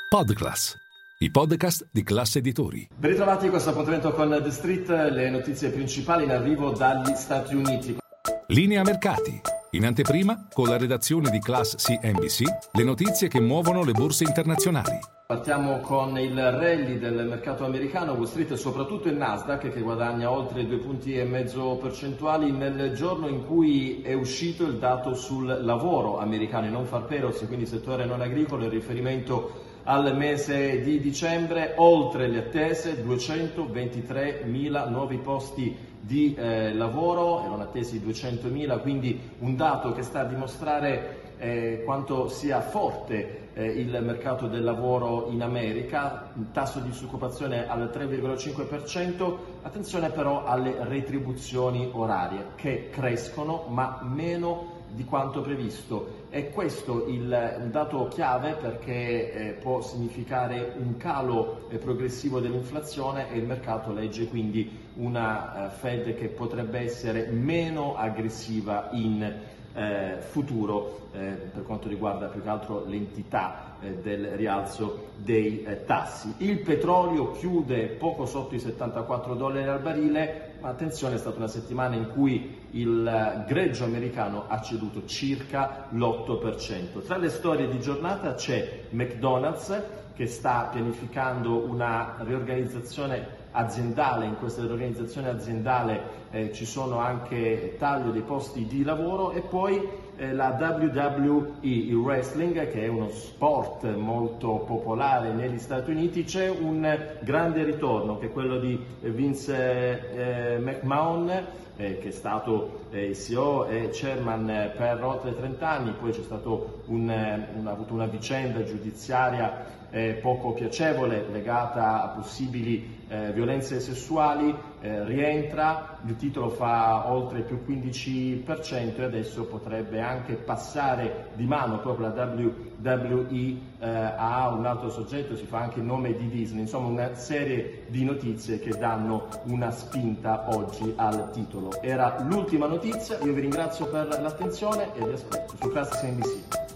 Podclass, i podcast di Class Editori. Ben ritrovati in questo appuntamento con The Street, le notizie principali in arrivo dagli Stati Uniti. Linea mercati. In anteprima, con la redazione di Class CNBC, le notizie che muovono le borse internazionali. Partiamo con il rally del mercato americano, Wall Street e soprattutto il Nasdaq che guadagna oltre 2,5 punti percentuali nel giorno in cui è uscito il dato sul lavoro americano, i non farm payrolls, quindi settore non agricolo, in riferimento al mese di dicembre, oltre le attese, 223.000 nuovi posti di lavoro, erano attesi 200.000, quindi un dato che sta a dimostrare quanto sia forte il mercato del lavoro in America, un tasso di disoccupazione al 3,5%, attenzione però alle retribuzioni orarie che crescono ma meno di quanto previsto. È questo un dato chiave perché può significare un calo progressivo dell'inflazione e il mercato legge quindi una Fed che potrebbe essere meno aggressiva in futuro per quanto riguarda più che altro l'entità del rialzo dei tassi. Il petrolio chiude poco sotto i $74 al barile, ma attenzione, è stata una settimana in cui il greggio americano ha ceduto circa l'8%. Tra le storie di giornata c'è McDonald's che sta pianificando una riorganizzazione aziendale. In questa riorganizzazione aziendale ci sono anche taglio dei posti di lavoro e poi la WWE, il wrestling, che è uno sport molto popolare negli Stati Uniti. C'è un grande ritorno che è quello di Vince McMahon, che è stato CEO e chairman per oltre 30 anni, poi c'è stato ha avuto una vicenda giudiziaria poco piacevole legata a possibili violenze sessuali, rientra, il titolo fa oltre più 15% e adesso potrebbe anche passare di mano proprio la WWE a un altro soggetto, si fa anche il nome di Disney, insomma una serie di notizie che danno una spinta oggi al titolo. Era l'ultima notizia, io vi ringrazio per l'attenzione e vi aspetto su Class CNBC.